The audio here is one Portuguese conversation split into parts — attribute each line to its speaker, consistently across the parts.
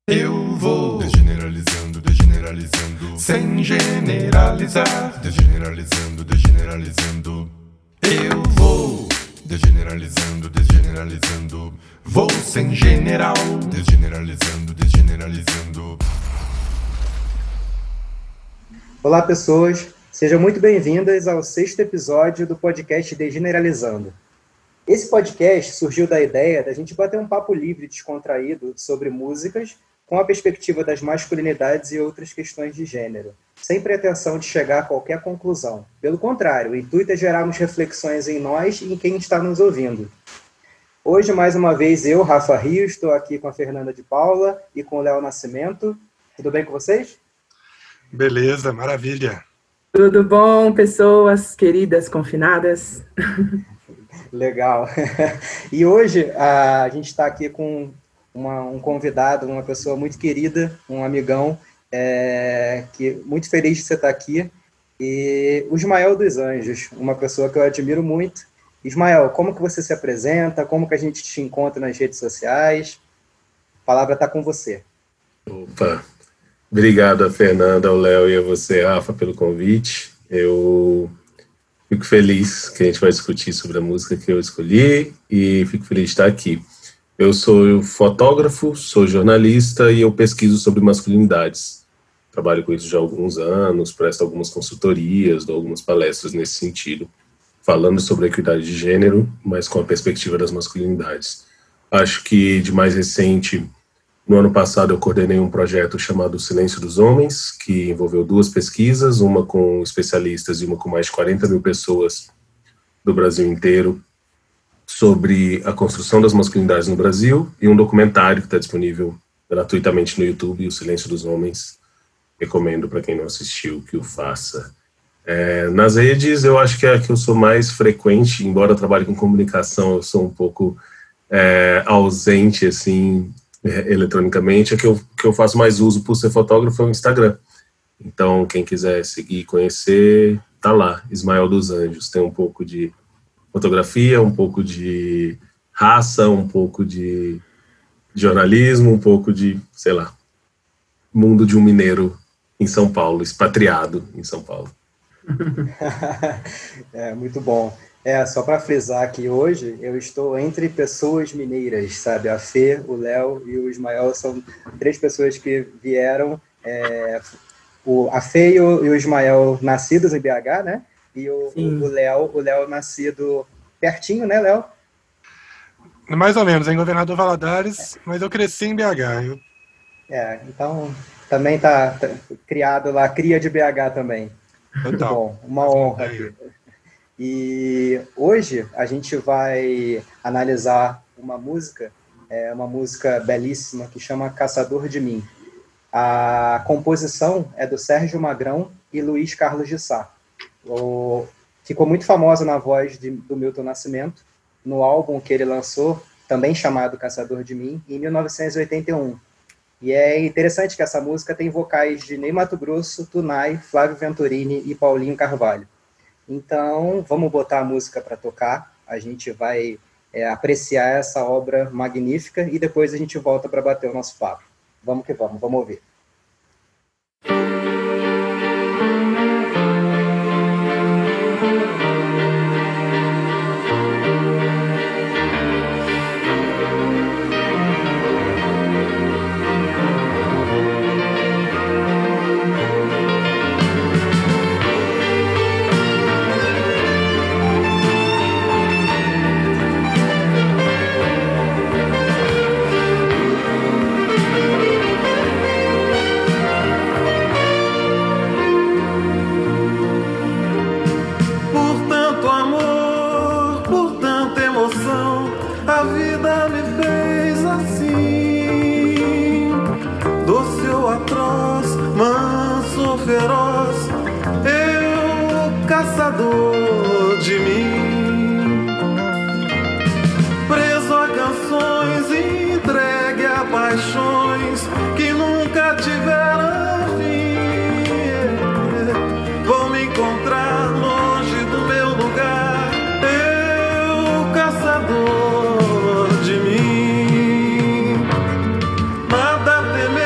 Speaker 1: Eu vou desgeneralizando, desgeneralizando, sem generalizar. Desgeneralizando, desgeneralizando. Eu vou desgeneralizando, desgeneralizando. Vou sem general. Desgeneralizando, desgeneralizando.
Speaker 2: Olá, pessoas. Sejam muito bem-vindas ao 6º episódio do podcast Desgeneralizando. Esse podcast surgiu da ideia da gente bater um papo livre, descontraído, sobre músicas, com a perspectiva das masculinidades e outras questões de gênero, sem pretensão de chegar a qualquer conclusão. Pelo contrário, o intuito é gerarmos reflexões em nós e em quem está nos ouvindo. Hoje, mais uma vez, eu, Rafa Rios, estou aqui com a Fernanda de Paula e com o Léo Nascimento. Tudo bem com vocês?
Speaker 3: Beleza, maravilha.
Speaker 4: Tudo bom, pessoas queridas confinadas?
Speaker 2: Legal. E hoje a gente está aqui com um convidado, uma pessoa muito querida, um amigão, que muito feliz de você estar aqui, e o Ismael dos Anjos, uma pessoa que eu admiro muito. Ismael, como que você se apresenta? Como que a gente te encontra nas redes sociais? A palavra está com você.
Speaker 5: Opa, obrigado a Fernanda, ao Léo e a você, Rafa, pelo convite. Eu fico feliz que a gente vai discutir sobre a música que eu escolhi e fico feliz de estar aqui. Eu sou fotógrafo, sou jornalista e eu pesquiso sobre masculinidades. Trabalho com isso já há alguns anos, presto algumas consultorias, dou algumas palestras nesse sentido, falando sobre a equidade de gênero, mas com a perspectiva das masculinidades. Acho que de mais recente, no ano passado eu coordenei um projeto chamado Silêncio dos Homens, que envolveu 2 pesquisas, uma com especialistas e uma com mais de 40 mil pessoas do Brasil inteiro, sobre a construção das masculinidades no Brasil, e um documentário que está disponível gratuitamente no YouTube, O Silêncio dos Homens. Recomendo para quem não assistiu que o faça. Nas redes, eu acho que é a que eu sou mais frequente, embora eu trabalhe com comunicação, eu sou um pouco ausente, assim, eletronicamente. A que eu faço mais uso por ser fotógrafo é o Instagram. Então, quem quiser seguir e conhecer, tá lá, Ismael dos Anjos. Tem um pouco de fotografia, um pouco de raça, um pouco de jornalismo, um pouco de, sei lá, mundo de um mineiro em São Paulo, expatriado em São Paulo.
Speaker 2: Muito bom. Só para frisar que hoje eu estou entre pessoas mineiras, sabe? A Fê, o Léo e o Ismael são 3 pessoas que vieram, a Fê e o Ismael nascidos em BH, né? E o Léo nascido pertinho, né, Léo?
Speaker 3: Mais ou menos, em Governador Valadares, mas eu cresci em BH.
Speaker 2: Então também tá criado lá, cria de BH também.
Speaker 3: Total.
Speaker 2: Muito bom, uma honra aqui. E hoje a gente vai analisar uma música belíssima que chama Caçador de Mim. A composição é do Sérgio Magrão e Luiz Carlos de Sá. Ficou muito famosa na voz do Milton Nascimento, no álbum que ele lançou, também chamado Caçador de Mim, em 1981. E é interessante que essa música tem vocais de Ney Matogrosso, Tunai, Flávio Venturini e Paulinho Carvalho. Então, vamos botar a música para tocar, a gente vai apreciar essa obra magnífica e depois a gente volta para bater o nosso papo. Vamos que vamos ouvir.
Speaker 6: Caçador de mim, preso a canções, entregue a paixões que nunca tiveram fim. Vou me encontrar longe do meu lugar, eu caçador de mim. Nada temer.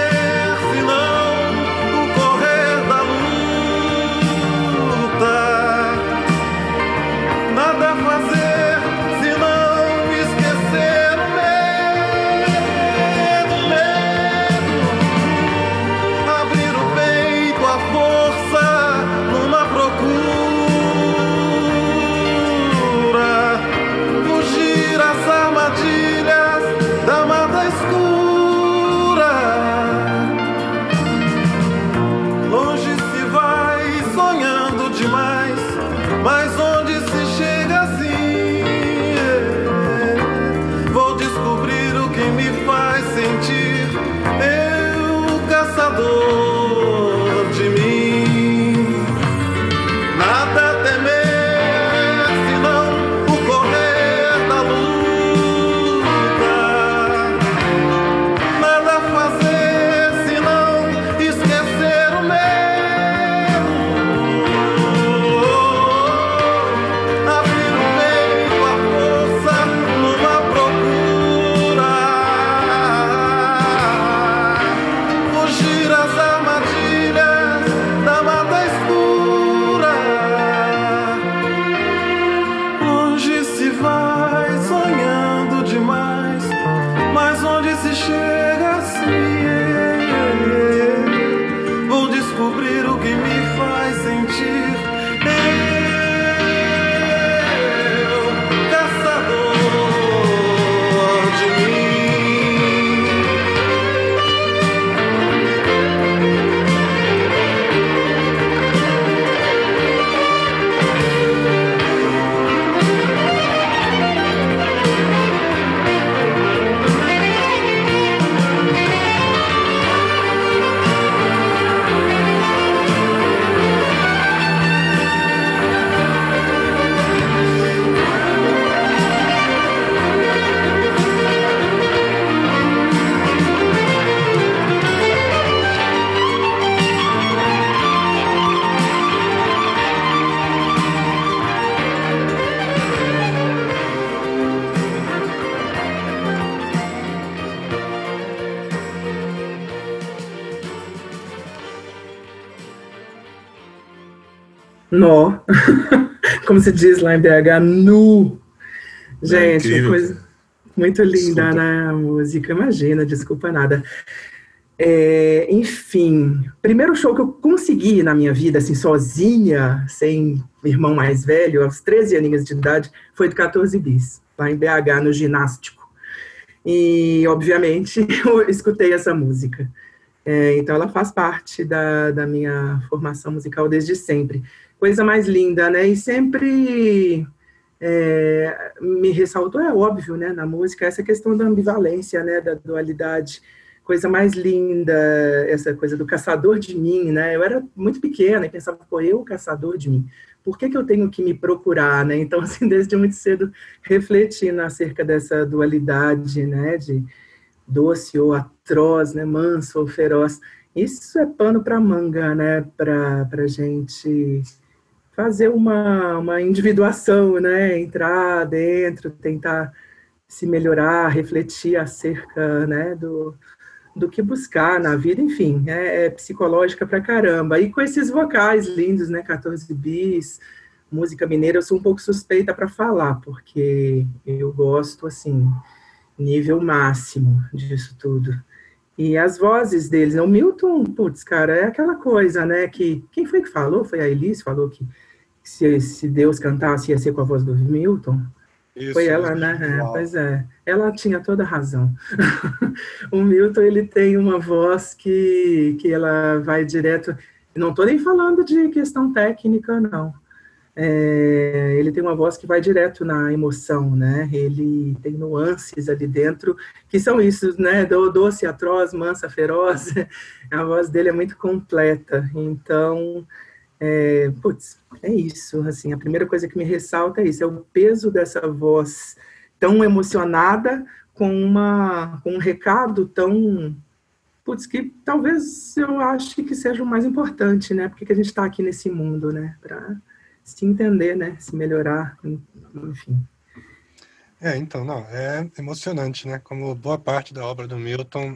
Speaker 4: Nó. Como se diz lá em BH, nu. Gente,
Speaker 5: incrível,
Speaker 4: coisa
Speaker 5: cara.
Speaker 4: muito linda,
Speaker 5: Desculpa.
Speaker 4: né? A música, imagina, desculpa nada. Enfim, primeiro show que eu consegui na minha vida, assim, sozinha, sem irmão mais velho, aos 13 aninhos de idade, foi do 14 Bis, lá em BH, no ginástico. E, obviamente, eu escutei essa música. Então, ela faz parte da minha formação musical desde sempre. Coisa mais linda, né? E sempre me ressaltou, é óbvio, né, na música, essa questão da ambivalência, né, da dualidade. Coisa mais linda, essa coisa do caçador de mim, né? Eu era muito pequena e pensava, pô, eu caçador de mim, por que eu tenho que me procurar, né? Então, assim, desde muito cedo, refletindo acerca dessa dualidade, né, de doce ou atroz, né, manso ou feroz. Isso é pano para manga, né, para gente fazer uma individuação, né, entrar dentro, tentar se melhorar, refletir acerca, né, do que buscar na vida, enfim, é psicológica pra caramba. E com esses vocais lindos, né, 14 bis, música mineira, eu sou um pouco suspeita para falar, porque eu gosto, assim, nível máximo disso tudo. E as vozes deles, né, o Milton, putz, cara, é aquela coisa, né, que, quem foi que falou? Foi a Elis, falou que se Deus cantasse ia ser com a voz do Milton. Foi
Speaker 3: Isso,
Speaker 4: ela,
Speaker 3: isso.
Speaker 4: né?
Speaker 2: Uau.
Speaker 4: Pois é. Ela tinha toda a razão. O Milton, ele tem uma voz que ela vai direto... Não estou nem falando de questão técnica, não. Ele tem uma voz que vai direto na emoção, né? Ele tem nuances ali dentro, que são isso, né? Doce, atroz, mansa, feroz. A voz dele é muito completa. Então... putz, é isso, assim, a primeira coisa que me ressalta é isso, é o peso dessa voz tão emocionada com um recado tão, putz, que talvez eu ache que seja o mais importante, né, porque que a gente está aqui nesse mundo, né, para se entender, né, se melhorar, enfim.
Speaker 3: Então, não, é emocionante, né? Como boa parte da obra do Milton,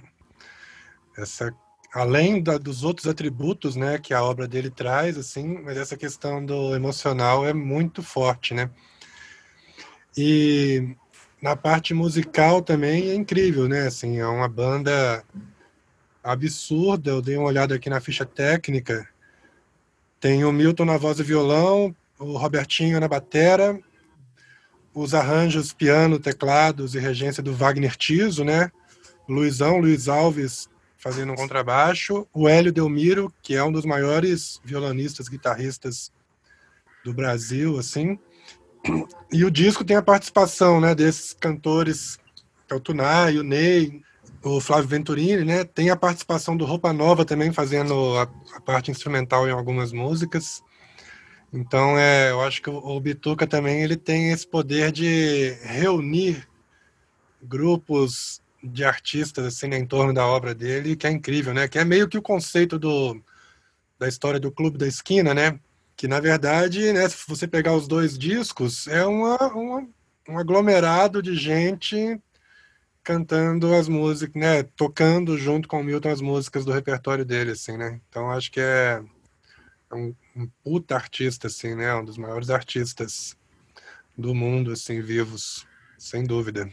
Speaker 3: além dos outros atributos, né, que a obra dele traz, assim, mas essa questão do emocional é muito forte, né? E na parte musical também é incrível, né? Assim, é uma banda absurda. Eu dei uma olhada aqui na ficha técnica. Tem o Milton na voz e violão, o Robertinho na batera, os arranjos, piano, teclados e regência do Wagner Tiso, né? Luiz Alves fazendo um contrabaixo, o Hélio Delmiro, que é um dos maiores violonistas, guitarristas do Brasil, assim. E o disco tem a participação, né, desses cantores, que é o Tunay, o Ney, o Flávio Venturini, né? Tem a participação do Roupa Nova também, fazendo a parte instrumental em algumas músicas. Então, eu acho que o Bituca também ele tem esse poder de reunir grupos de artistas assim, em torno da obra dele, que é incrível, né? Que é meio que o conceito da história do Clube da Esquina, né? Que, na verdade, né, se você pegar os dois discos, é um aglomerado de gente cantando as músicas, né? Tocando junto com o Milton as músicas do repertório dele, assim, né? Então, acho que é um puta artista, assim, né? Um dos maiores artistas do mundo, assim, vivos, sem dúvida.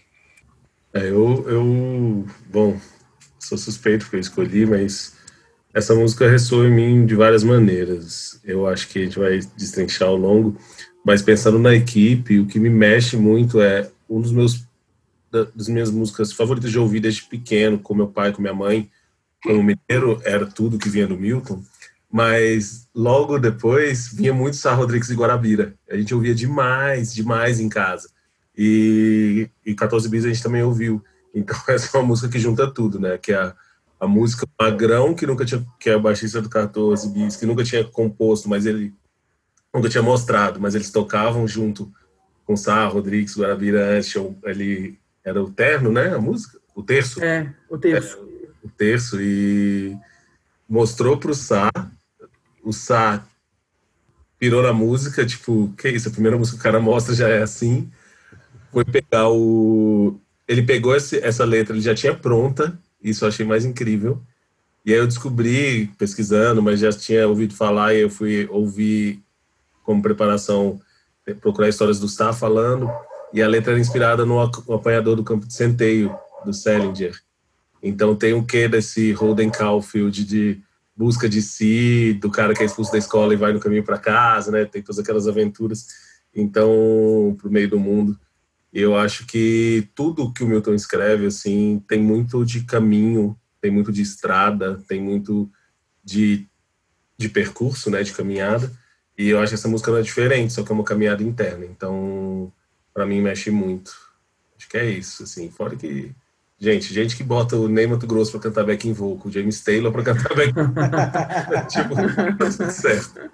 Speaker 5: Bom, sou suspeito porque eu escolhi, mas essa música ressoa em mim de várias maneiras. Eu acho que a gente vai destrinchar ao longo, mas pensando na equipe, o que me mexe muito é um das minhas músicas favoritas de ouvir desde pequeno, com meu pai, com minha mãe, como mineiro, era tudo que vinha do Milton, mas logo depois vinha muito Sá Rodrigues e Guarabira. A gente ouvia demais em casa. E 14 Bis a gente também ouviu. Então essa é uma música que junta tudo, né? Que é a música Magrão, que é o baixista do 14 Bis, que nunca tinha composto, mas ele nunca tinha mostrado, mas eles tocavam junto com Sá, Rodrigues, Guarabira, ele era o terno, né? A música? O terço.
Speaker 4: O terço.
Speaker 5: O terço, e mostrou pro Sá, o Sá pirou na música, tipo, que isso, a primeira música que o cara mostra já é assim. Foi pegar ele pegou essa letra, ele já tinha pronta, isso eu achei mais incrível. E aí eu descobri, pesquisando, mas já tinha ouvido falar, e eu fui ouvir como preparação, procurar histórias do Star falando, e a letra era inspirada no Apanhador do Campo de Centeio, do Salinger. Então tem um quê desse Holden Caulfield de busca de si, do cara que é expulso da escola e vai no caminho para casa, né? Tem todas aquelas aventuras, então, pro meio do mundo. Eu acho que tudo que o Milton escreve, assim, tem muito de caminho, tem muito de estrada, tem muito de percurso, né, de caminhada, e eu acho que essa música não é diferente, só que é uma caminhada interna, então, para mim, mexe muito. Acho que é isso, assim, fora que... Gente que bota o Ney Matogrosso pra cantar backing vocal, o James Taylor pra cantar backing vocal, tipo, tá tudo certo.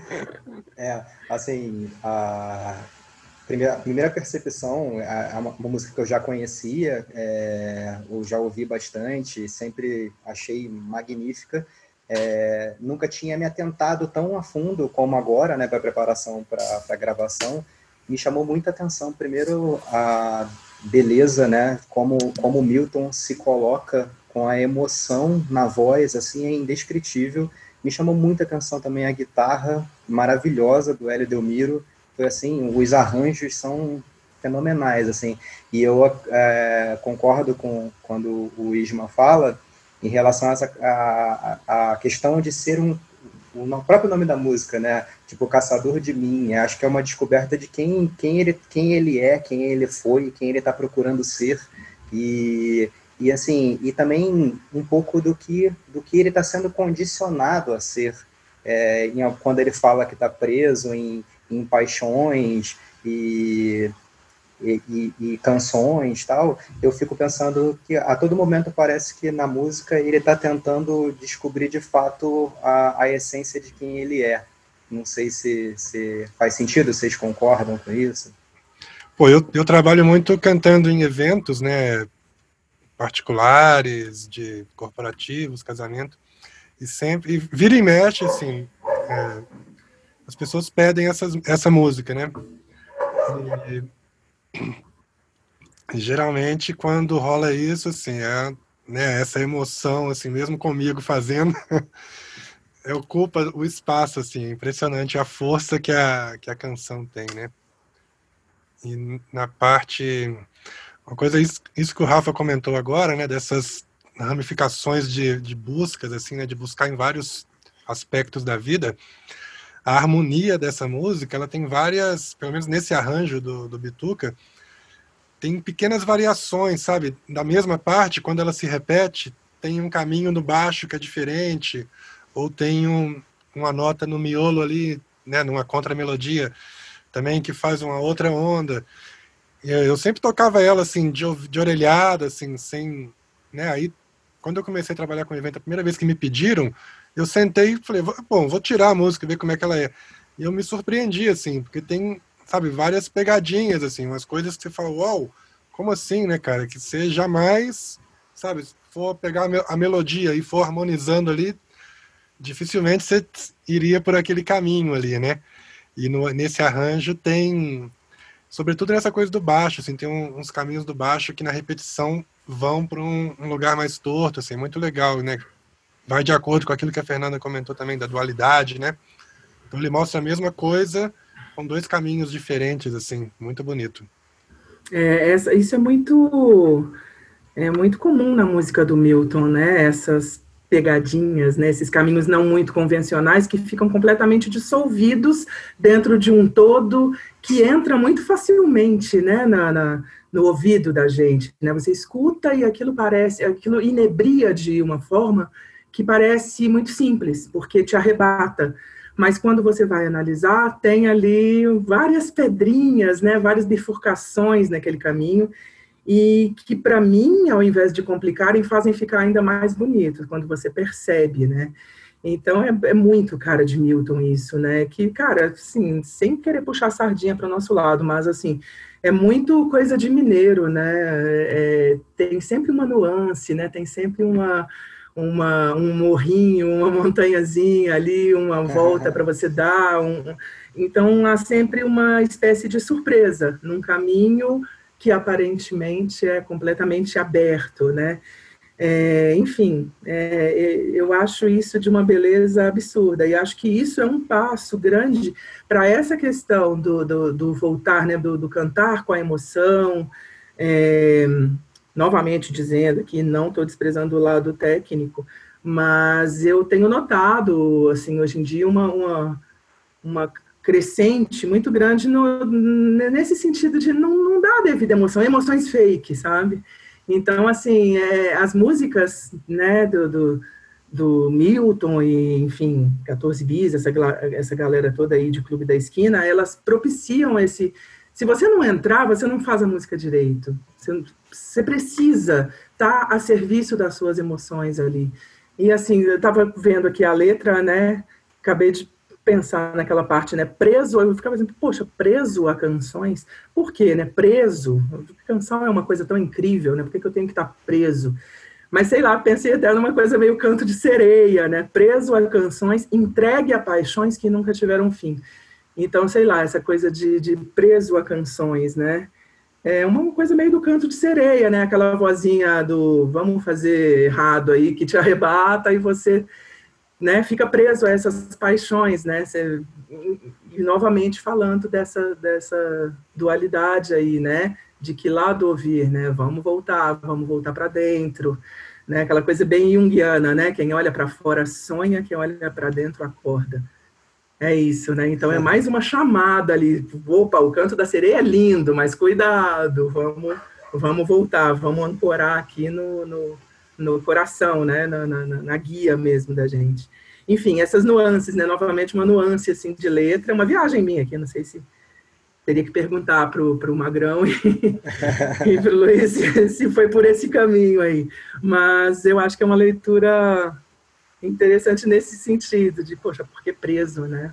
Speaker 2: Assim, a primeira percepção é uma música que eu já conhecia, eu já ouvi bastante, sempre achei magnífica. Nunca tinha me atentado tão a fundo como agora, né, para preparação para a gravação. Me chamou muita atenção, primeiro, a beleza, né, como o Milton se coloca com a emoção na voz, assim, é indescritível. Me chamou muita atenção também a guitarra maravilhosa do Hélio Delmiro. Foi assim, os arranjos são fenomenais, assim. E eu concordo com quando o Isma fala em relação a questão de ser o próprio nome da música, né? Tipo, Caçador de Mim. Acho que é uma descoberta de quem ele é, quem ele foi, quem ele está procurando ser. E assim, e também um pouco do que ele está sendo condicionado a ser. Quando ele fala que está preso em paixões e canções e tal, eu fico pensando que a todo momento parece que na música ele está tentando descobrir de fato a essência de quem ele é. Não sei se faz sentido, vocês concordam com isso?
Speaker 3: Pô, eu trabalho muito cantando em eventos, né, particulares, de corporativos, casamento, e sempre, vira e mexe, assim, as pessoas pedem essa música, né? E geralmente quando rola isso, assim, né, essa emoção, assim, mesmo comigo fazendo, ocupa o espaço, assim, é impressionante a força que a canção tem, né? E na parte, uma coisa, isso que o Rafa comentou agora, né, dessas ramificações de buscas, assim, né, de buscar em vários aspectos da vida. A harmonia dessa música, ela tem várias, pelo menos nesse arranjo do Bituca, tem pequenas variações, sabe? Da mesma parte, quando ela se repete, tem um caminho no baixo que é diferente, ou tem uma nota no miolo ali, né, numa contramelodia, também que faz uma outra onda. E eu sempre tocava ela, assim, de orelhada, assim, sem... né? Aí, quando eu comecei a trabalhar com evento, a primeira vez que me pediram, eu sentei e falei, bom, vou tirar a música e ver como é que ela é. E eu me surpreendi, assim, porque tem, sabe, várias pegadinhas, assim, umas coisas que você fala, uau, como assim, né, cara? Que você jamais, sabe, se for pegar a melodia e for harmonizando ali, dificilmente você iria por aquele caminho ali, né? E nesse arranjo tem, sobretudo nessa coisa do baixo, assim, tem uns caminhos do baixo que na repetição vão para um lugar mais torto, assim, muito legal, né? Vai de acordo com aquilo que a Fernanda comentou também, da dualidade, né? Então ele mostra a mesma coisa com dois caminhos diferentes, assim, muito bonito.
Speaker 4: Isso é muito comum na música do Milton, né? Essas pegadinhas, né? Esses caminhos não muito convencionais que ficam completamente dissolvidos dentro de um todo que entra muito facilmente, né? No ouvido da gente, né? Você escuta e aquilo inebria de uma forma que parece muito simples, porque te arrebata. Mas quando você vai analisar, tem ali várias pedrinhas, né, várias bifurcações naquele caminho, e que, para mim, ao invés de complicarem, fazem ficar ainda mais bonito, quando você percebe, né? Então, é muito cara de Milton isso, né? Que, cara, assim, sem querer puxar a sardinha para o nosso lado, mas, assim, é muito coisa de mineiro, né? Tem sempre uma nuance, né? Tem sempre um morrinho, uma montanhazinha ali, uma volta para você dar. Então, há sempre uma espécie de surpresa num caminho que aparentemente é completamente aberto, né? Enfim, eu acho isso de uma beleza absurda, e acho que isso é um passo grande para essa questão do voltar, né, do cantar com a emoção, novamente dizendo que não estou desprezando o lado técnico, mas eu tenho notado, assim, hoje em dia, uma crescente muito grande nesse sentido de não dar devida emoção, emoções fake, sabe? Então, assim, as músicas, né, do Milton e, enfim, 14 Bis, essa galera toda aí de Clube da Esquina, elas propiciam esse... Se você não entrar, você não faz a música direito. Você precisa estar a serviço das suas emoções ali. E, assim, eu estava vendo aqui a letra, né, acabei de pensar naquela parte, né, preso, eu ficava dizendo, poxa, preso a canções, por quê, né, preso, canção é uma coisa tão incrível, né, por que eu tenho que estar preso? Mas, sei lá, pensei até numa coisa meio canto de sereia, né, preso a canções, entregue a paixões que nunca tiveram fim. Então, sei lá, essa coisa de preso a canções, né, é uma coisa meio do canto de sereia, né, aquela vozinha do vamos fazer errado aí, que te arrebata e você... né, fica preso a essas paixões, né, e novamente falando dessa dualidade aí, né, de que lado ouvir, né, vamos voltar para dentro, né, aquela coisa bem junguiana, né, quem olha para fora sonha, quem olha para dentro acorda. É isso, né, então é mais uma chamada ali, opa, o canto da sereia é lindo, mas cuidado, vamos voltar, vamos ancorar aqui no coração, né, na guia mesmo da gente. Enfim, essas nuances, né, novamente uma nuance, assim, de letra, uma viagem minha aqui, não sei se teria que perguntar pro Magrão e pro Luiz se foi por esse caminho aí, mas eu acho que é uma leitura interessante nesse sentido, de, poxa, porque preso, né?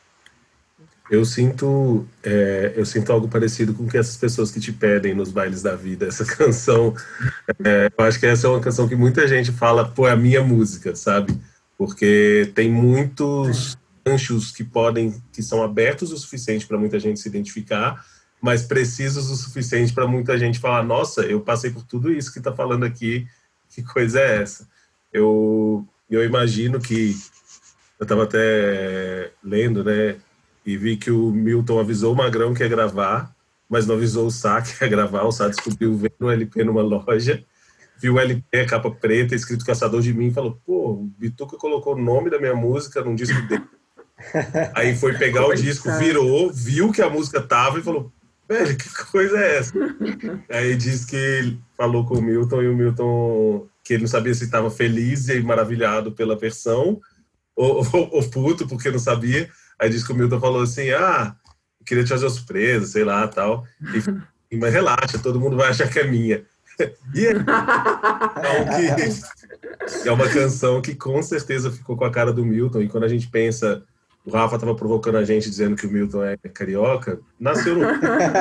Speaker 5: Eu sinto algo parecido com o que essas pessoas que te pedem nos bailes da vida, essa canção. Eu acho que essa é uma canção que muita gente fala, pô, é a minha música, sabe? Porque tem muitos ganchos que são abertos o suficiente para muita gente se identificar, mas precisos o suficiente para muita gente falar, nossa, eu passei por tudo isso que está falando aqui, que coisa é essa? Eu imagino que, eu estava até lendo, né, e vi que o Milton avisou o Magrão que ia gravar, mas não avisou o Sá que ia gravar. O Sá descobriu vendo o LP numa loja, viu o LP, a capa preta, escrito Caçador de Mim, e falou, pô, o Bituca colocou o nome da minha música num disco dele. Aí foi pegar o disco, virou, viu que a música tava e falou, velho, que coisa é essa? Aí diz que ele falou com o Milton, e o Milton, que ele não sabia se estava feliz e maravilhado pela versão, ou puto, porque não sabia. Aí diz que o Milton falou assim, eu queria te fazer uma surpresa, sei lá, tal. Mas relaxa, todo mundo vai achar que é minha. E é uma canção que com certeza ficou com a cara do Milton. E quando a gente pensa, o Rafa estava provocando a gente dizendo que o Milton é carioca, nasceu no...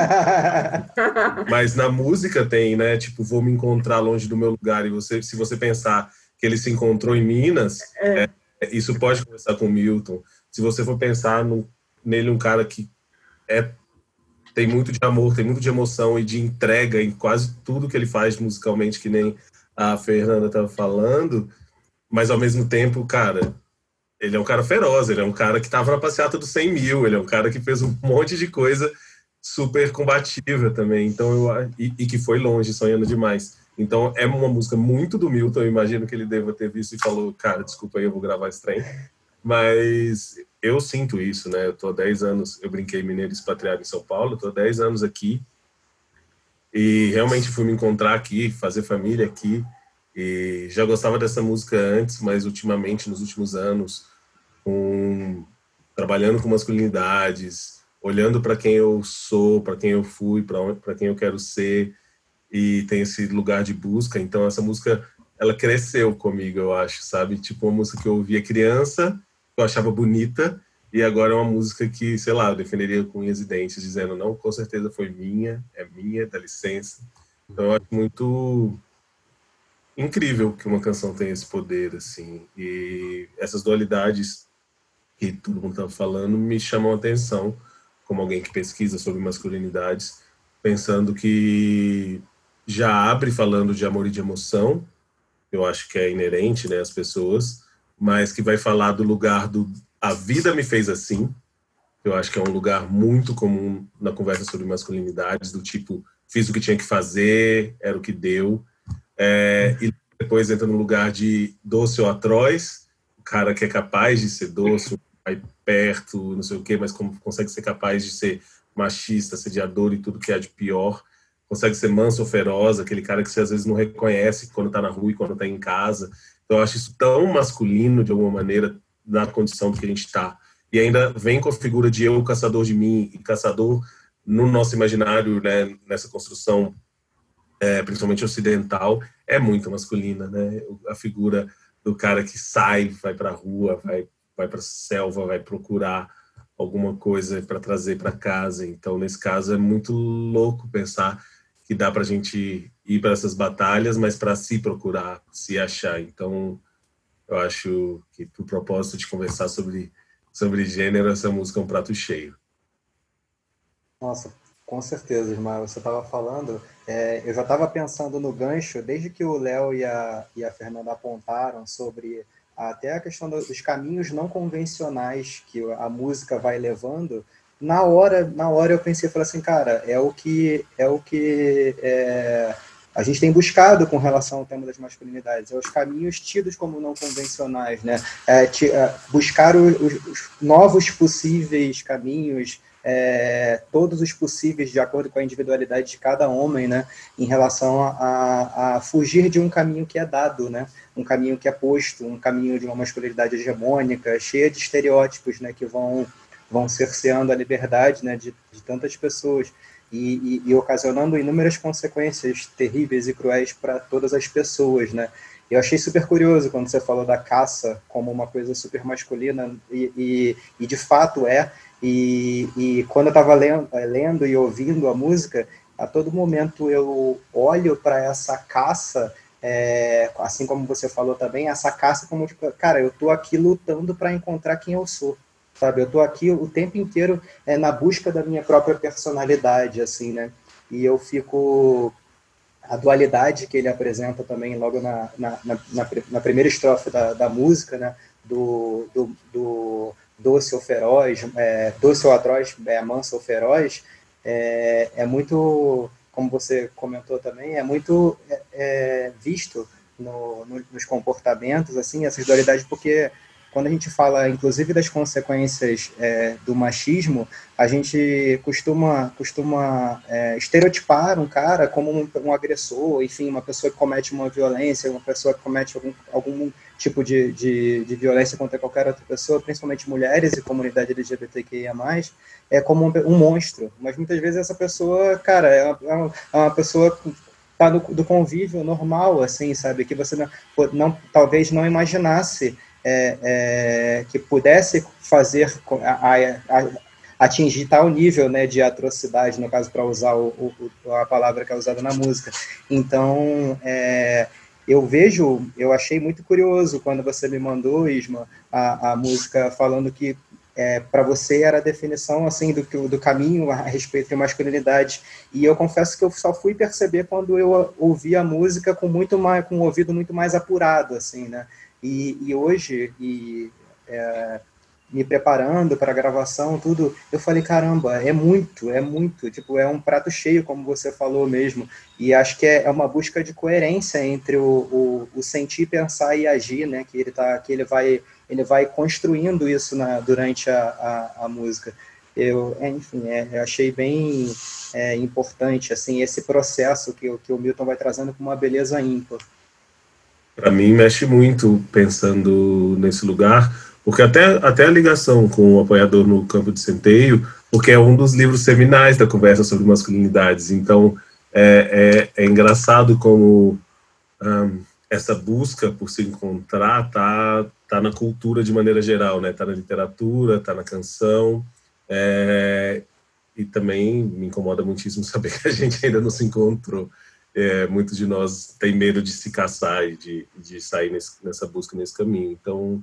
Speaker 5: Mas na música tem, né? Tipo, vou me encontrar longe do meu lugar. E se você pensar que ele se encontrou em Minas, isso pode conversar com o Milton. Se você for pensar nele, um cara que tem muito de amor, tem muito de emoção e de entrega em quase tudo que ele faz musicalmente, que nem a Fernanda estava falando, mas ao mesmo tempo, cara, ele é um cara feroz, ele é um cara que estava na passeata dos 100 mil, ele é um cara que fez um monte de coisa super combativa também, então e que foi longe, sonhando demais. Então é uma música muito do Milton, eu imagino que ele deva ter visto e falou, cara, desculpa aí, eu vou gravar esse trem. Mas eu sinto isso, né? Eu tô há 10 anos, eu brinquei mineiro expatriado em São Paulo, tô há 10 anos aqui e realmente fui me encontrar aqui, fazer família aqui, e já gostava dessa música antes, mas ultimamente, nos últimos anos, trabalhando com masculinidades, olhando para quem eu sou, para quem eu fui, para quem eu quero ser, e tem esse lugar de busca. Então essa música, ela cresceu comigo, eu acho, sabe? Tipo, uma música que eu ouvia criança, eu achava bonita, e agora é uma música que, sei lá, eu defenderia com unhas e dentes, dizendo, não, com certeza foi minha, dá licença. Então eu acho muito incrível que uma canção tenha esse poder, assim, e essas dualidades que todo mundo estava falando me chamam a atenção, como alguém que pesquisa sobre masculinidades, pensando que já abre falando de amor e de emoção, eu acho que é inerente, né, às pessoas, mas que vai falar do lugar do a vida me fez assim. Eu acho que é um lugar muito comum na conversa sobre masculinidades, do tipo, fiz o que tinha que fazer, era o que deu. E depois entra no lugar de doce ou atroz, o cara que é capaz de ser doce, vai perto, não sei o quê, mas como consegue ser capaz de ser machista, assediador e tudo que há de pior, consegue ser manso ou feroz, aquele cara que você às vezes não reconhece quando está na rua e quando está em casa. Então eu acho isso tão masculino, de alguma maneira, na condição do que a gente está. E ainda vem com a figura de eu, caçador de mim, e caçador no nosso imaginário, né, nessa construção, principalmente ocidental, é muito masculina, né? A figura do cara que sai, vai para a rua, vai para a selva, vai procurar alguma coisa para trazer para casa. Então, nesse caso, é muito louco pensar que dá para a gente ir para essas batalhas, mas para se procurar, se achar. Então, eu acho que, pro propósito de conversar sobre gênero, essa música é um prato cheio.
Speaker 2: Nossa, com certeza, Ismael. Você estava falando, eu já estava pensando no gancho, desde que o Léo e a Fernanda apontaram sobre até a questão dos caminhos não convencionais que a música vai levando. Na hora eu pensei, falei assim, cara, é o que a gente tem buscado com relação ao tema das masculinidades, os caminhos tidos como não convencionais, né? Buscar os novos possíveis caminhos, todos os possíveis de acordo com a individualidade de cada homem, né? Em relação a fugir de um caminho que é dado, né? Um caminho que é posto, um caminho de uma masculinidade hegemônica, cheia de estereótipos, né? Que vão cerceando a liberdade, né? De tantas pessoas. E ocasionando inúmeras consequências terríveis e cruéis para todas as pessoas, né? Eu achei super curioso quando você falou da caça como uma coisa super masculina, e de fato é. E quando eu estava lendo e ouvindo a música, a todo momento eu olho para essa caça, assim como você falou também, essa caça como, tipo, cara, eu estou aqui lutando para encontrar quem eu sou. Sabe, eu estou aqui o tempo inteiro na busca da minha própria personalidade, assim, né? E eu fico... A dualidade que ele apresenta também logo na primeira estrofe da música, né? Do doce ou feroz, doce ou atroz, manso ou feroz, é muito, como você comentou também, é muito visto nos comportamentos, assim, essas dualidades, porque... Quando a gente fala, inclusive, das consequências do machismo, a gente costuma estereotipar um cara como um agressor, enfim, uma pessoa que comete uma violência, uma pessoa que comete algum tipo de violência contra qualquer outra pessoa, principalmente mulheres e comunidade LGBTQIA+, como um monstro. Mas muitas vezes essa pessoa, cara, é uma pessoa que está do convívio normal, assim, sabe? Que você talvez não imaginasse que pudesse fazer atingir tal nível, né, de atrocidade, no caso, para usar a palavra que é usada na música. Então, eu achei muito curioso quando você me mandou, Isma, a música falando que para você era a definição assim do caminho a respeito de masculinidade, e eu confesso que eu só fui perceber quando eu ouvi a música com um ouvido muito mais apurado, assim, né? E hoje, me preparando para a gravação, tudo, eu falei, caramba, é muito, tipo, é um prato cheio, como você falou mesmo, e acho que é uma busca de coerência entre o sentir, pensar e agir, né, que ele vai construindo isso durante a música. Enfim, eu achei bem importante, assim, esse processo que o Milton vai trazendo com uma beleza ímpar.
Speaker 5: Para mim, mexe muito pensando nesse lugar, porque até a ligação com o Apoiador no Campo de Centeio, porque é um dos livros seminais da conversa sobre masculinidades. Então, é engraçado como essa busca por se encontrar tá na cultura de maneira geral, né? Tá na literatura, tá na canção, e também me incomoda muitíssimo saber que a gente ainda não se encontrou. Muitos de nós têm medo de se caçar e de sair nessa busca, nesse caminho. Então,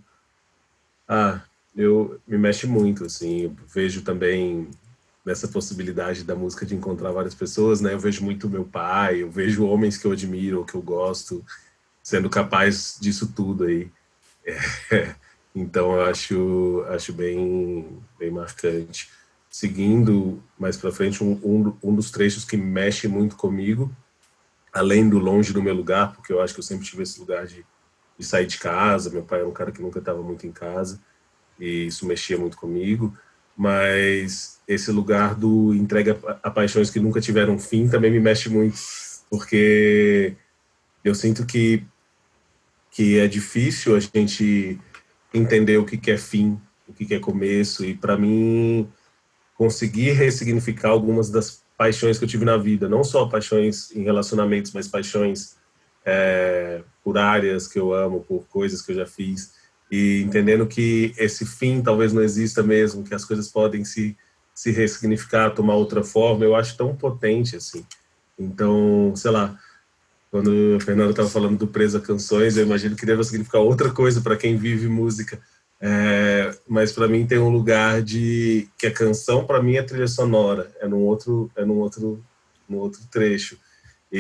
Speaker 5: me mexe muito, assim. Eu vejo também nessa possibilidade da música de encontrar várias pessoas, né? Eu vejo muito meu pai, eu vejo homens que eu admiro, que eu gosto, sendo capaz disso tudo aí. Então, eu acho bem marcante. Seguindo mais para frente, um dos trechos que mexe muito comigo, além do longe do meu lugar, porque eu acho que eu sempre tive esse lugar de sair de casa. Meu pai era um cara que nunca estava muito em casa, e isso mexia muito comigo. Mas esse lugar do entrega a paixões que nunca tiveram fim também me mexe muito, porque eu sinto que é difícil a gente entender o que é fim, o que é começo, e para mim conseguir ressignificar algumas das paixões que eu tive na vida, não só paixões em relacionamentos, mas paixões por áreas que eu amo, por coisas que eu já fiz, e entendendo que esse fim talvez não exista mesmo, que as coisas podem se ressignificar, tomar outra forma, eu acho tão potente, assim. Então, sei lá, quando o Fernando estava falando do Presa Canções, eu imagino que deva significar outra coisa para quem vive música, mas para mim tem um lugar de que a canção para mim é trilha sonora, é num outro trecho,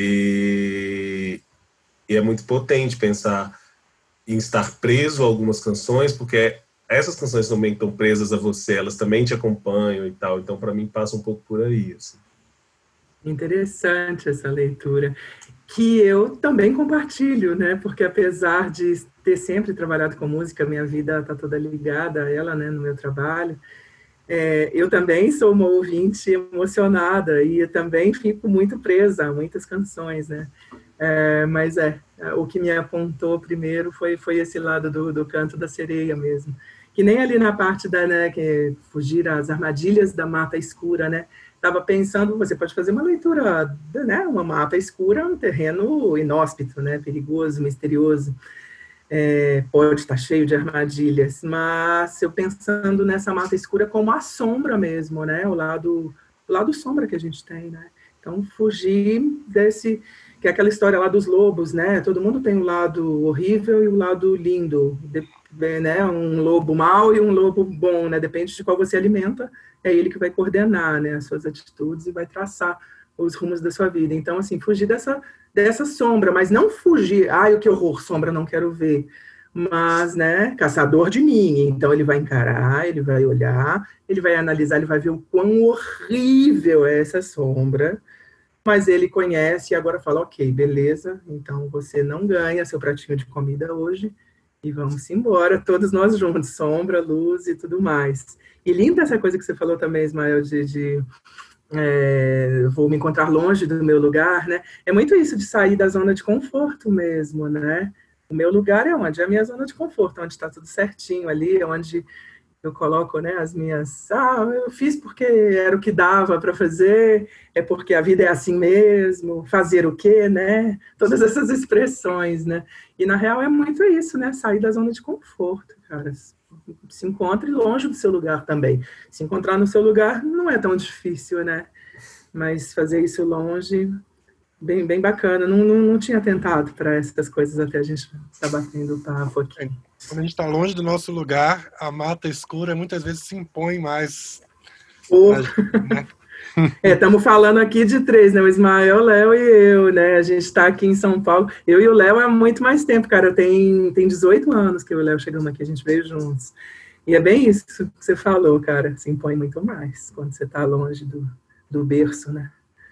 Speaker 5: e é muito potente pensar em estar preso a algumas canções, porque essas canções também estão presas a você, elas também te acompanham e tal, então para mim passa um pouco por aí, assim.
Speaker 4: Interessante essa leitura, que eu também compartilho, né? Porque apesar de ter sempre trabalhado com música, minha vida está toda ligada a ela, né? No meu trabalho, eu também sou uma ouvinte emocionada e eu também fico muito presa a muitas canções, né? Mas o que me apontou primeiro foi esse lado do canto da sereia mesmo, que nem ali na parte que fugir às armadilhas da mata escura, né? Estava pensando, você pode fazer uma leitura, né? Uma mata escura, um terreno inóspito, né? Perigoso, misterioso, pode estar cheio de armadilhas, mas eu pensando nessa mata escura como a sombra mesmo, né? O lado sombra que a gente tem, né? Então, fugir desse, que é aquela história lá dos lobos, né? Todo mundo tem um lado horrível e um lado lindo, né? Um lobo mau e um lobo bom, né? Depende de qual você alimenta, é ele que vai coordenar, né, as suas atitudes e vai traçar os rumos da sua vida. Então, assim, fugir dessa sombra, mas não fugir, ai, que horror, sombra, não quero ver. Mas, né, caçador de mim. Então, ele vai encarar, ele vai olhar, ele vai analisar, ele vai ver o quão horrível é essa sombra, mas ele conhece e agora fala, ok, beleza, então você não ganha seu pratinho de comida hoje, e vamos embora, todos nós juntos, sombra, luz e tudo mais. E linda essa coisa que você falou também, Ismael, vou me encontrar longe do meu lugar, né? É muito isso de sair da zona de conforto mesmo, né? O meu lugar é onde? É a minha zona de conforto, onde está tudo certinho ali, onde eu coloco, né, as minhas... eu fiz porque era o que dava para fazer, é porque a vida é assim mesmo, fazer o quê, né? Todas essas expressões, né? E, na real, é muito isso, né? Sair da zona de conforto, cara. Se encontre longe do seu lugar também. Se encontrar no seu lugar não é tão difícil, né? Mas fazer isso longe, bem, bem bacana. Não tinha tentado para essas coisas até a gente estar batendo o papo aqui.
Speaker 3: Quando a gente está longe do nosso lugar, a mata escura muitas vezes se impõe mais.
Speaker 4: Né? Estamos falando aqui de três, né? O Ismael, o Léo e eu, né? A gente está aqui em São Paulo. Eu e o Léo há muito mais tempo, cara. Tem 18 anos que eu e o Léo chegamos aqui, a gente veio juntos. E é bem isso que você falou, cara. Se impõe muito mais quando você está longe do berço, né?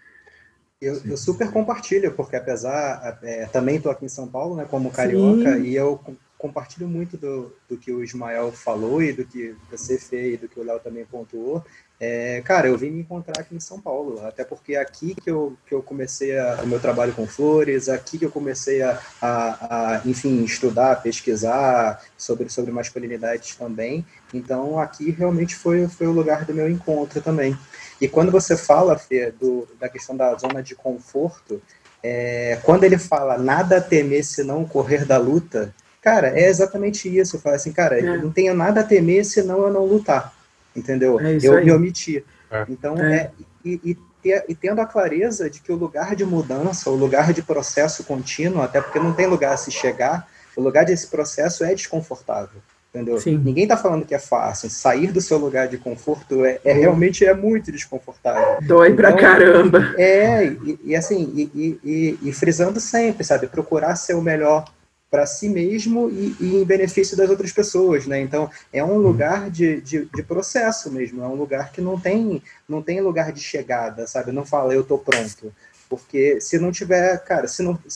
Speaker 2: Eu super compartilho, porque apesar... também estou aqui em São Paulo, né? Como carioca, e eu compartilho muito do que o Ismael falou e do que você fez e do que o Léo também pontuou. Cara, eu vim me encontrar aqui em São Paulo, até porque é aqui que eu comecei o meu trabalho com flores, aqui que eu comecei enfim, estudar, pesquisar sobre masculinidade também. Então, aqui realmente foi o lugar do meu encontro também. E quando você fala, Fê, da questão da zona de conforto, quando ele fala nada a temer senão correr da luta, cara, é exatamente isso. Eu falo assim, cara, eu não tenho nada a temer senão eu não lutar. Entendeu? Eu me omiti. Então, e tendo a clareza de que o lugar de mudança, o lugar de processo contínuo, até porque não tem lugar a se chegar, o lugar desse processo é desconfortável. Entendeu?
Speaker 4: Sim.
Speaker 2: Ninguém está falando que é fácil. Sair do seu lugar de conforto realmente muito desconfortável.
Speaker 4: Dói pra caramba.
Speaker 2: E assim, e frisando sempre, sabe? Procurar ser o melhor para si mesmo e em benefício das outras pessoas, né? Então, é um lugar de processo mesmo, é um lugar que não tem lugar de chegada, sabe? Não fala, eu tô pronto. Porque se não tiver, cara,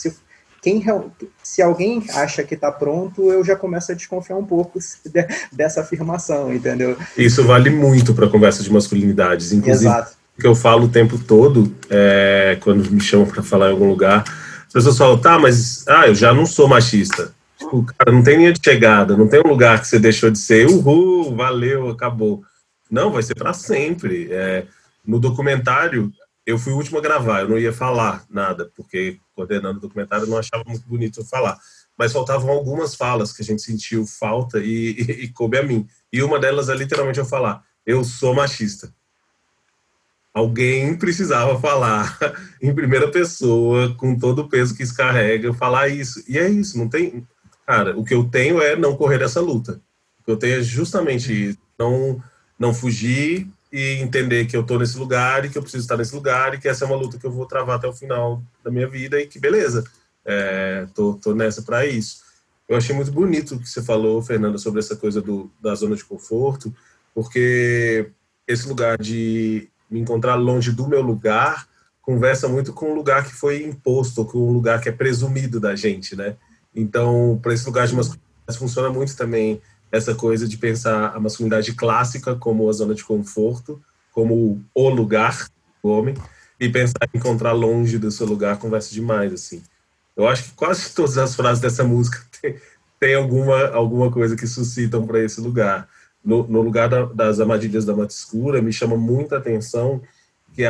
Speaker 2: se alguém acha que está pronto, eu já começo a desconfiar um pouco dessa afirmação, entendeu?
Speaker 5: Isso vale muito para conversa de masculinidades. Inclusive,
Speaker 2: Exato.
Speaker 5: o que eu falo o tempo todo, quando me chamam para falar em algum lugar, as pessoas falam, tá, mas eu já não sou machista. Tipo, cara, não tem linha de chegada, não tem um lugar que você deixou de ser, uhul, valeu, acabou. Não, vai ser para sempre. No documentário, eu fui o último a gravar, eu não ia falar nada, porque coordenando o documentário eu não achava muito bonito eu falar. Mas faltavam algumas falas que a gente sentiu falta e coube a mim. E uma delas é literalmente eu falar, eu sou machista. Alguém precisava falar em primeira pessoa, com todo o peso que isso carrega, falar isso. E é isso, não tem... Cara, o que eu tenho é não correr essa luta. O que eu tenho é justamente não fugir e entender que eu tô nesse lugar e que eu preciso estar nesse lugar e que essa é uma luta que eu vou travar até o final da minha vida e que beleza, tô nessa para isso. Eu achei muito bonito o que você falou, Fernanda, sobre essa coisa da zona de conforto, porque esse lugar de me encontrar longe do meu lugar conversa muito com o lugar que foi imposto, com o lugar que é presumido da gente, né? Então, para esse lugar de masculinidade funciona muito também essa coisa de pensar a masculinidade clássica como a zona de conforto, como o lugar do homem, e pensar em encontrar longe do seu lugar conversa demais, assim. Eu acho que quase todas as frases dessa música tem alguma coisa que suscitam para esse lugar. No lugar das armadilhas da mata escura, me chama muita atenção que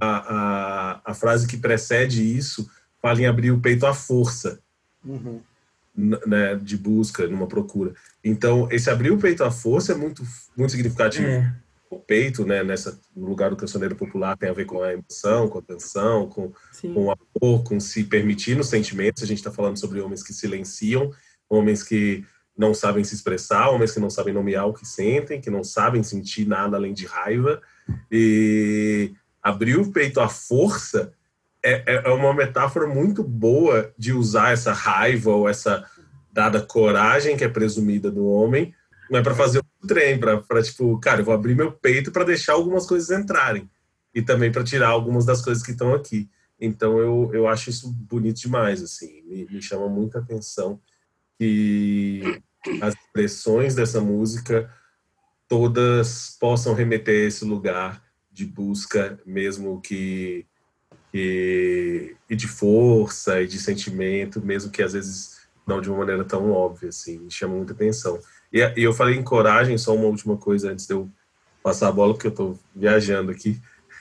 Speaker 5: a frase que precede isso fala em abrir o peito à força.
Speaker 2: Uhum.
Speaker 5: Né, de busca, numa procura. Então, esse abrir o peito à força é muito, muito significativo. O peito, né, no lugar do cancioneiro popular, tem a ver com a emoção, com a tensão, com o amor, com se permitir nos sentimentos. A gente está falando sobre homens que silenciam, homens que não sabem se expressar, homens que não sabem nomear o que sentem, que não sabem sentir nada além de raiva. E abrir o peito à força é uma metáfora muito boa de usar essa raiva ou essa dada coragem que é presumida do homem, não é para fazer um trem, para tipo, cara, eu vou abrir meu peito para deixar algumas coisas entrarem e também para tirar algumas das coisas que estão aqui. Então eu acho isso bonito demais, assim, me chama muita atenção que as expressões dessa música todas possam remeter a esse lugar de busca, mesmo que e de força e de sentimento, mesmo que às vezes não de uma maneira tão óbvia, assim, me chama muita atenção. E eu falei em coragem, só uma última coisa antes de eu passar a bola, porque eu estou viajando aqui.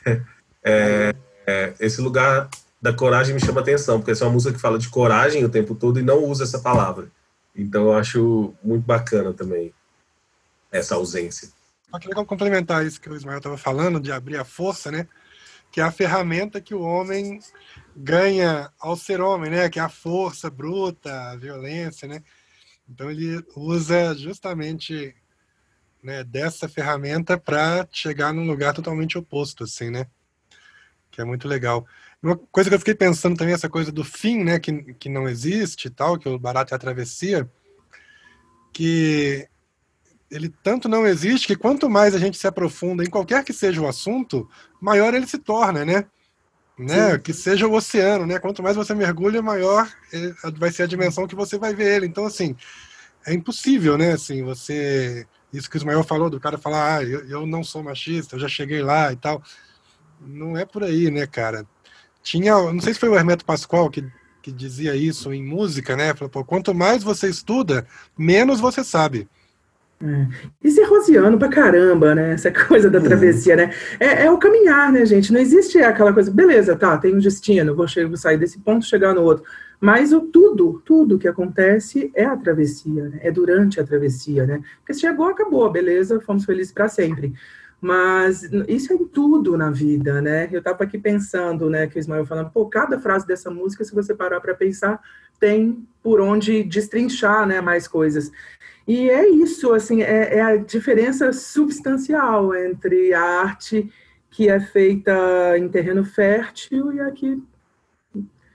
Speaker 5: Esse lugar da coragem me chama atenção, porque essa é uma música que fala de coragem o tempo todo e não usa essa palavra. Então eu acho muito bacana também essa ausência.
Speaker 3: Só que legal complementar isso que o Ismael estava falando, de abrir a força, né? Que é a ferramenta que o homem ganha ao ser homem, né? Que é a força bruta, a violência, né? Então ele usa justamente, né, dessa ferramenta para chegar num lugar totalmente oposto, assim, né? Que é muito legal. Uma coisa que eu fiquei pensando também, essa coisa do fim, né? Que não existe e tal, que o barato é a travessia, que ele tanto não existe que quanto mais a gente se aprofunda em qualquer que seja o assunto, maior ele se torna, né? Que seja o oceano, né? Quanto mais você mergulha, maior vai ser a dimensão que você vai ver ele. Então, assim, é impossível, né? Assim, isso que o Ismael falou, do cara falar, eu não sou machista, eu já cheguei lá e tal. Não é por aí, né, cara? Não sei se foi o Hermeto Pascoal que dizia isso em música, né? Falou, pô, quanto mais você estuda, menos você sabe.
Speaker 4: Isso é rosiano pra caramba, né? Essa coisa da travessia, né? É o caminhar, né, gente? Não existe aquela coisa, beleza, tá, tem um destino, vou sair desse ponto, chegar no outro. Mas tudo que acontece é a travessia, né? É durante a travessia, né? Porque chegou, acabou, beleza, fomos felizes para sempre. Mas isso é em tudo na vida, né? Eu estava aqui pensando, né, que o Ismael falando, pô, cada frase dessa música, se você parar para pensar, tem por onde destrinchar, né, mais coisas. E é isso, assim, é a diferença substancial entre a arte que é feita em terreno fértil e a que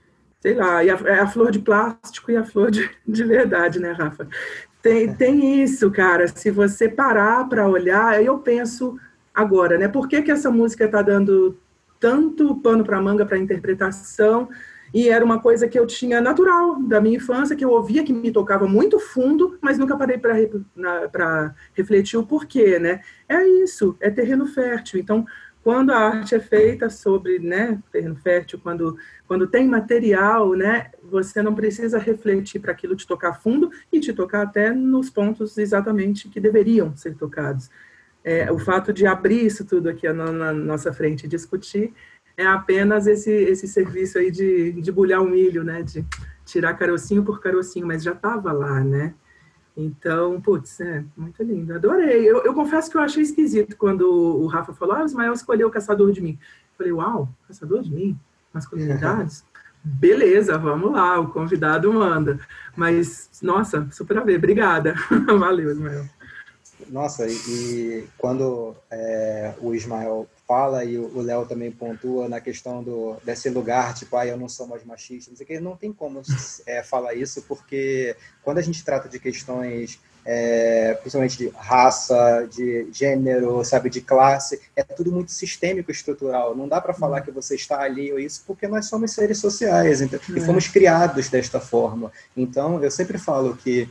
Speaker 4: sei lá, e a flor de plástico e a flor de verdade, né, Rafa? Tem isso, cara, se você parar para olhar, eu penso agora, né, por que essa música está dando tanto pano para manga para interpretação, e era uma coisa que eu tinha natural da minha infância, que eu ouvia, que me tocava muito fundo, mas nunca parei para refletir o porquê, né? É isso, é terreno fértil. Então, quando a arte é feita sobre, né, terreno fértil, quando tem material, né, você não precisa refletir para aquilo te tocar fundo e te tocar até nos pontos exatamente que deveriam ser tocados. O fato de abrir isso tudo aqui na nossa frente e discutir é apenas esse serviço aí de debulhar o milho, né, de tirar carocinho por carocinho, mas já estava lá, né? Então, putz, muito lindo, adorei. Eu confesso que eu achei esquisito quando o Rafa falou, o Ismael escolheu o Caçador de Mim. Eu falei, uau, Caçador de Mim? Masculinidades? Beleza, vamos lá, o convidado manda. Mas, nossa, super a ver, obrigada. Valeu, Ismael.
Speaker 2: Nossa, e quando o Ismael fala e o Léo também pontua na questão desse lugar, tipo, eu não sou mais machista, não sei o que, não tem como falar isso, porque quando a gente trata de questões, principalmente de raça, de gênero, sabe, de classe, é tudo muito sistêmico, estrutural. Não dá para falar que você está ali ou isso, porque nós somos seres sociais, então, e fomos criados desta forma. Então, eu sempre falo que...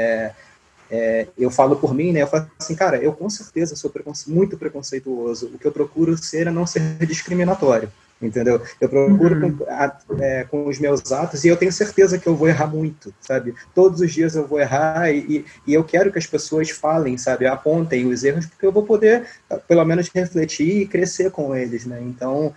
Speaker 2: eu falo por mim, né? Eu falo assim, cara, eu com certeza sou muito preconceituoso. O que eu procuro ser é não ser discriminatório, entendeu? Eu procuro com os meus atos e eu tenho certeza que eu vou errar muito, sabe? Todos os dias eu vou errar e eu quero que as pessoas falem, sabe? Apontem os erros, porque eu vou poder, pelo menos, refletir e crescer com eles, né? Então,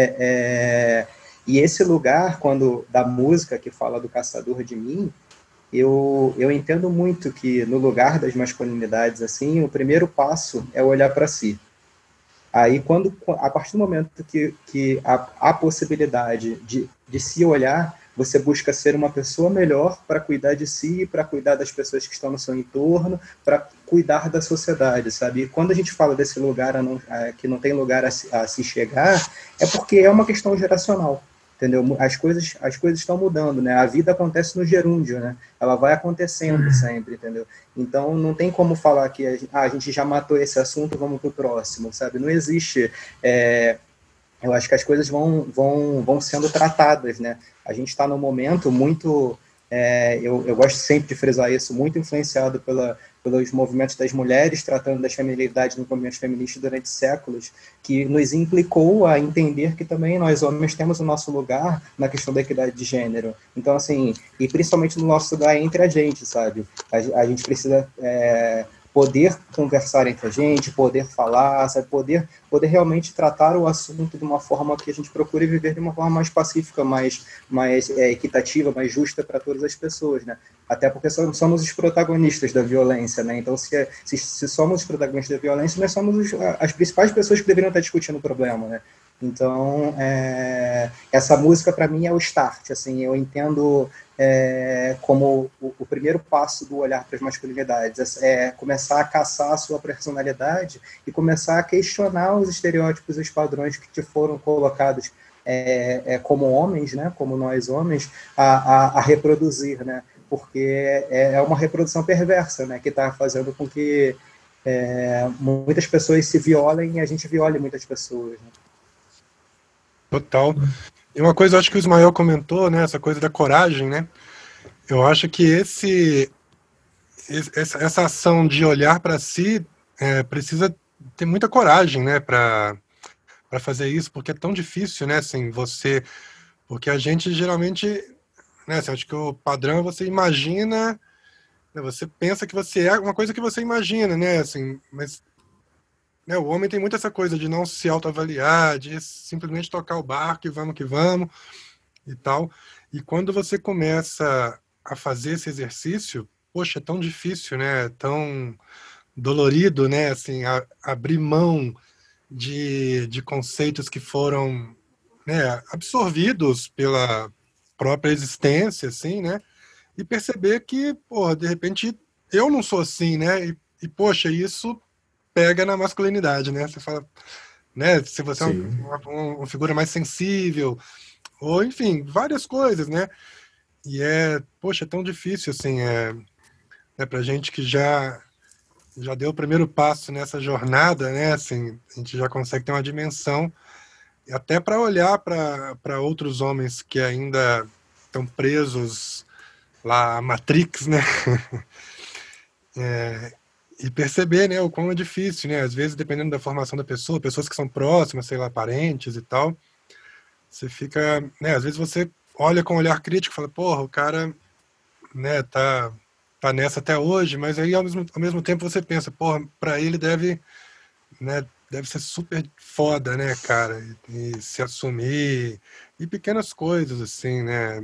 Speaker 2: e esse lugar, da música que fala do Caçador de Mim, eu entendo muito que no lugar das masculinidades, assim, o primeiro passo é olhar para si. Aí, a partir do momento que há possibilidade de se olhar, você busca ser uma pessoa melhor para cuidar de si, para cuidar das pessoas que estão no seu entorno, para cuidar da sociedade, sabe? E quando a gente fala desse lugar que não tem lugar a se chegar, é porque é uma questão geracional. Entendeu? As coisas estão mudando, né? A vida acontece no gerúndio, né? Ela vai acontecendo sempre, entendeu? Então, não tem como falar que a gente já matou esse assunto, vamos pro próximo, sabe? Não existe... eu acho que as coisas vão sendo tratadas, né? A gente está num momento muito... eu gosto sempre de frisar isso, muito influenciado pelos movimentos das mulheres, tratando das feminilidades no movimento feminista durante séculos, que nos implicou a entender que também nós, homens, temos o nosso lugar na questão da equidade de gênero. Então, assim, e principalmente no nosso lugar entre a gente, sabe? A gente precisa... poder conversar entre a gente, poder falar, sabe? Poder realmente tratar o assunto de uma forma que a gente procure viver de uma forma mais pacífica, mais equitativa, mais justa para todas as pessoas, né? Até porque somos os protagonistas da violência, né? Então, se somos os protagonistas da violência, nós somos as principais pessoas que deveriam estar discutindo o problema, né? Então, essa música, para mim, é o start, assim, eu entendo como o primeiro passo do olhar para as masculinidades, começar a caçar a sua personalidade e começar a questionar os estereótipos e os padrões que te foram colocados como homens, né, como nós homens, a reproduzir, né, porque é uma reprodução perversa, né, que está fazendo com que muitas pessoas se violem e a gente viole muitas pessoas, né?
Speaker 3: Total. E uma coisa, eu acho que o Ismael comentou, né, essa coisa da coragem, né? Eu acho que essa ação de olhar para si precisa ter muita coragem, né, para fazer isso, porque é tão difícil, né, assim, porque a gente geralmente, né, assim, acho que o padrão é você imagina, né, você pensa que você é uma coisa que você imagina, né, assim, mas né, o homem tem muito essa coisa de não se autoavaliar, de simplesmente tocar o barco e vamos que vamos e tal. E quando você começa a fazer esse exercício, poxa, é tão difícil, né? Tão dolorido, né? Assim, abrir mão de conceitos que foram, né, absorvidos pela própria existência, assim, né? E perceber que, porra, de repente eu não sou assim, né? E poxa, isso pega na masculinidade, né? Você fala, né? Se você é uma figura mais sensível, ou enfim, várias coisas, né? E poxa, é tão difícil, assim, pra gente que já deu o primeiro passo nessa jornada, né? Assim, a gente já consegue ter uma dimensão, até para olhar para outros homens que ainda estão presos lá à Matrix, né? E perceber, né, o quão é difícil, né? Às vezes, dependendo da formação da pessoa, pessoas que são próximas, sei lá, parentes e tal, você fica, né? Às vezes você olha com um olhar crítico e fala, porra, o cara, né, tá nessa até hoje, mas aí ao mesmo tempo você pensa, porra, para ele deve ser super foda, né, cara, e se assumir, e pequenas coisas, assim, né.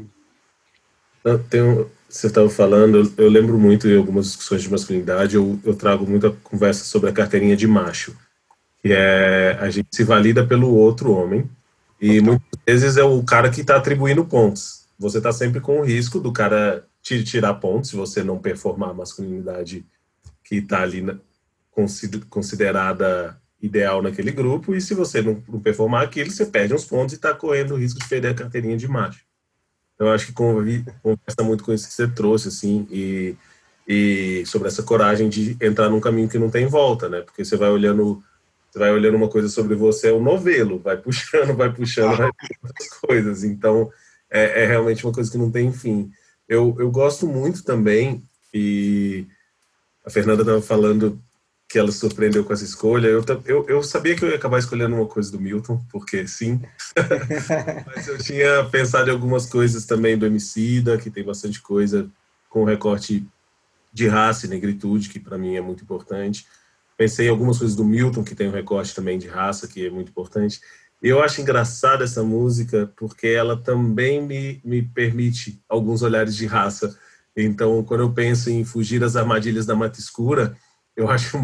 Speaker 5: Você estava falando, eu lembro muito em algumas discussões de masculinidade, eu trago muita conversa sobre a carteirinha de macho, que é a gente se valida pelo outro homem, e muitas vezes é o cara que está atribuindo pontos. Você está sempre com o risco do cara te tirar pontos, se você não performar a masculinidade que está ali considerada ideal naquele grupo, e se você não performar aquilo, você perde uns pontos e está correndo o risco de perder a carteirinha de macho. Eu acho que conversa muito com isso que você trouxe, assim, e sobre essa coragem de entrar num caminho que não tem volta, né? Porque você vai olhando uma coisa sobre você, é um novelo, vai puxando outras coisas. Então, é realmente uma coisa que não tem fim. Eu gosto muito também, e a Fernanda estava falando que ela se surpreendeu com essa escolha. Eu sabia que eu ia acabar escolhendo uma coisa do Milton, porque sim. Mas eu tinha pensado em algumas coisas também do Emicida, que tem bastante coisa com recorte de raça e negritude, que para mim é muito importante. Pensei em algumas coisas do Milton, que tem um recorte também de raça, que é muito importante. E eu acho engraçada essa música, porque ela também me permite alguns olhares de raça. Então, quando eu penso em Fugir das Armadilhas da Mata Escura, eu acho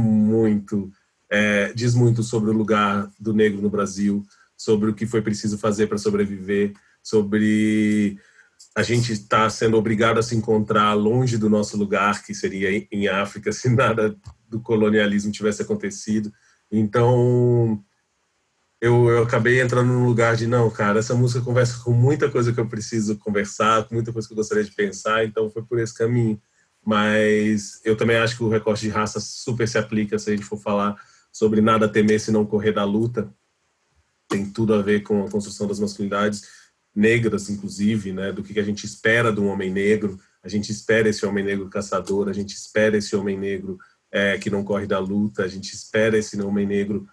Speaker 5: diz muito sobre o lugar do negro no Brasil, sobre o que foi preciso fazer para sobreviver, sobre a gente estar sendo obrigado a se encontrar longe do nosso lugar, que seria em África, se nada do colonialismo tivesse acontecido. Então, eu acabei entrando num lugar de, não, cara, essa música conversa com muita coisa que eu preciso conversar, com muita coisa que eu gostaria de pensar, então foi por esse caminho. Mas eu também acho que o recorte de raça super se aplica se a gente for falar sobre nada temer se não correr da luta. Tem tudo a ver com a construção das masculinidades negras, inclusive, né, do que a gente espera de um homem negro. A gente espera esse homem negro caçador, a gente espera esse homem negro que não corre da luta, a gente espera esse homem negro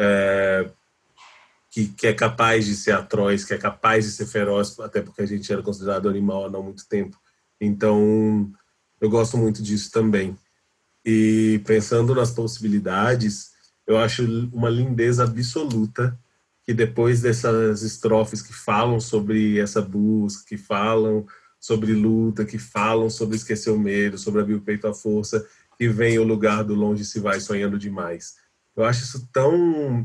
Speaker 5: que é capaz de ser atroz, que é capaz de ser feroz, até porque a gente era considerado animal há não muito tempo. Então, eu gosto muito disso também. E pensando nas possibilidades, eu acho uma lindeza absoluta que depois dessas estrofes que falam sobre essa busca, que falam sobre luta, que falam sobre esquecer o medo, sobre abrir o peito à força, que vem o lugar do longe se vai sonhando demais. Eu acho isso tão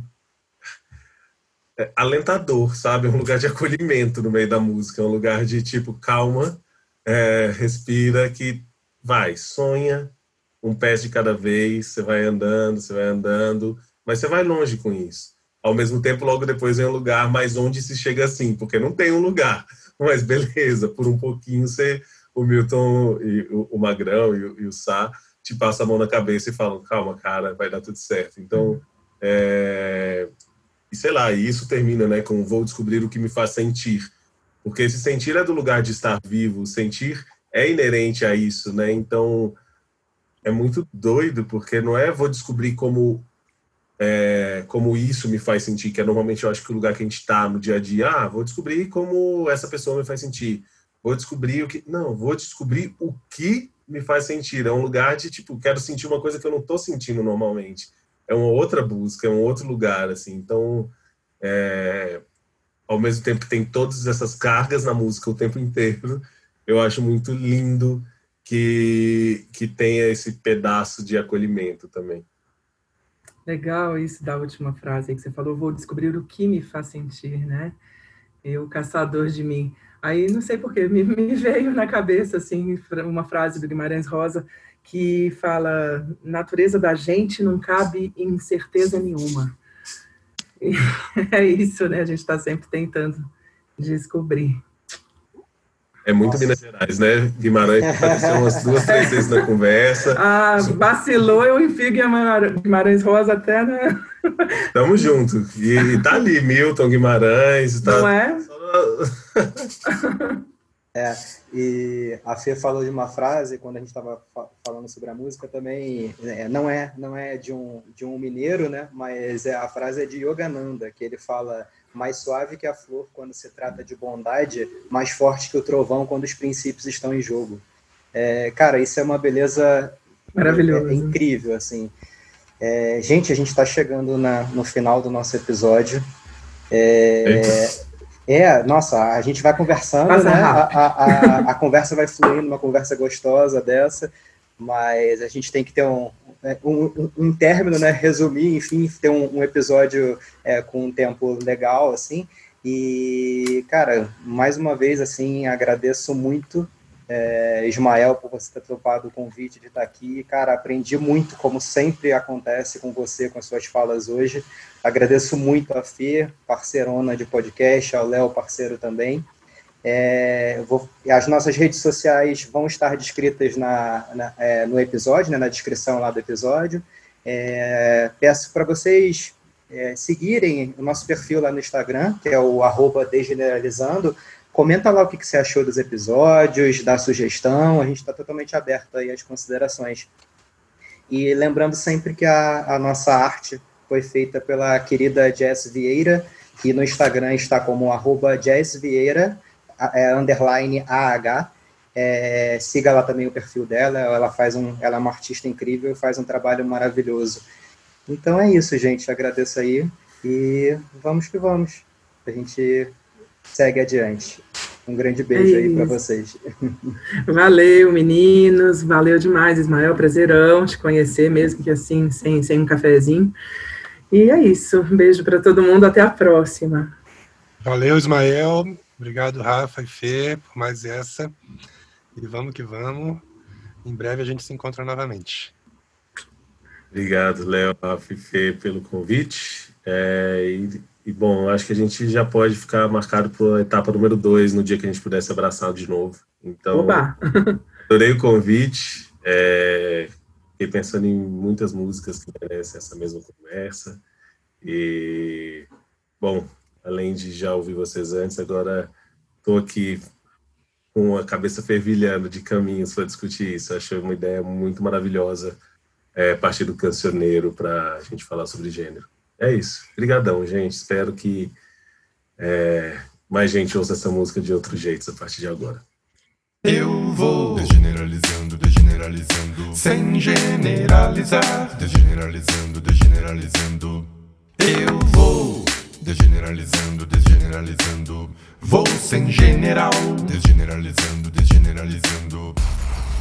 Speaker 5: alentador, sabe? É um lugar de acolhimento no meio da música, é um lugar de tipo, calma, respira, que vai, sonha, um pé de cada vez, você vai andando, mas você vai longe com isso. Ao mesmo tempo, logo depois vem um lugar, mas onde se chega assim, porque não tem um lugar, mas beleza, por um pouquinho o Milton, e o Magrão e o Sá te passam a mão na cabeça e falam, calma, cara, vai dar tudo certo. Então, e sei lá, e isso termina, né, com vou descobrir o que me faz sentir, porque esse sentir é do lugar de estar vivo, sentir é inerente a isso, né, então é muito doido, porque não é vou descobrir como isso me faz sentir, que é normalmente eu acho que o lugar que a gente está no dia a dia, vou descobrir como essa pessoa me faz sentir, vou descobrir vou descobrir o que me faz sentir, é um lugar de tipo, quero sentir uma coisa que eu não estou sentindo normalmente, é uma outra busca, é um outro lugar, assim, então ao mesmo tempo que tem todas essas cargas na música o tempo inteiro, eu acho muito lindo que tenha esse pedaço de acolhimento também.
Speaker 4: Legal isso da última frase aí que você falou, vou descobrir o que me faz sentir, né? O caçador de mim. Aí, não sei porquê, me veio na cabeça, assim, uma frase do Guimarães Rosa que fala, natureza da gente não cabe incerteza nenhuma. E é isso, né? A gente está sempre tentando descobrir.
Speaker 5: É muito Minas Gerais, né? Guimarães apareceu umas 2, 3 vezes na conversa.
Speaker 4: Vacilou, eu enfio Guimarães Rosa até na...
Speaker 5: Tamo junto. E tá ali, Milton Guimarães. Tá...
Speaker 4: Não é?
Speaker 2: E a Fê falou de uma frase, quando a gente estava falando sobre a música também, não é de um mineiro, né? Mas a frase é de Yogananda, que ele fala: mais suave que a flor quando se trata de bondade, mais forte que o trovão quando os princípios estão em jogo. Cara, isso é uma beleza
Speaker 4: maravilhosa,
Speaker 2: incrível, assim. Gente, a gente está chegando no final do nosso episódio. Nossa, a gente vai conversando, né? A conversa vai fluindo, uma conversa gostosa dessa, mas a gente tem que ter um término, né? Resumir, enfim, ter um episódio com um tempo legal, assim. E, cara, mais uma vez, assim, agradeço muito, Ismael, por você ter topado o convite de estar aqui. Cara, aprendi muito, como sempre acontece com você, com as suas falas hoje. Agradeço muito a Fê, parceirona de podcast, ao Léo, parceiro também. As nossas redes sociais vão estar descritas no episódio, né, na descrição lá do episódio. Peço para vocês seguirem o nosso perfil lá no Instagram, que é o @degeneralizando. Comenta lá o que você achou dos episódios, dá sugestão, a gente está totalmente aberto aí às considerações. E lembrando sempre que a nossa arte foi feita pela querida Jess Vieira, que no Instagram está como @JessVieira, _AH. Siga lá também o perfil dela, ela é uma artista incrível e faz um trabalho maravilhoso. Então é isso, gente, agradeço aí e vamos que vamos. A gente segue adiante. Um grande beijo aí para vocês.
Speaker 4: Valeu, meninos. Valeu demais, Ismael. Prazerão te conhecer, mesmo que assim, sem um cafezinho. E é isso. Um beijo para todo mundo. Até a próxima.
Speaker 3: Valeu, Ismael. Obrigado, Rafa e Fê, por mais essa. E vamos que vamos. Em breve a gente se encontra novamente.
Speaker 5: Obrigado, Léo, Rafa e Fê, pelo convite. E, bom, acho que a gente já pode ficar marcado para a etapa número 2, no dia que a gente pudesse abraçar de novo. Então,
Speaker 4: oba!
Speaker 5: Adorei o convite. Fiquei pensando em muitas músicas que merecem essa mesma conversa. E, bom, além de já ouvir vocês antes, agora estou aqui com a cabeça fervilhando de caminhos para discutir isso. Achei uma ideia muito maravilhosa, partir do cancioneiro para a gente falar sobre gênero. É isso. Obrigadão, gente. Espero que mais gente ouça essa música de outros jeitos a partir de agora.
Speaker 1: Eu vou desgeneralizando, desgeneralizando, sem generalizar. Desgeneralizando, desgeneralizando. Eu vou desgeneralizando, desgeneralizando. Vou sem general, desgeneralizando, desgeneralizando.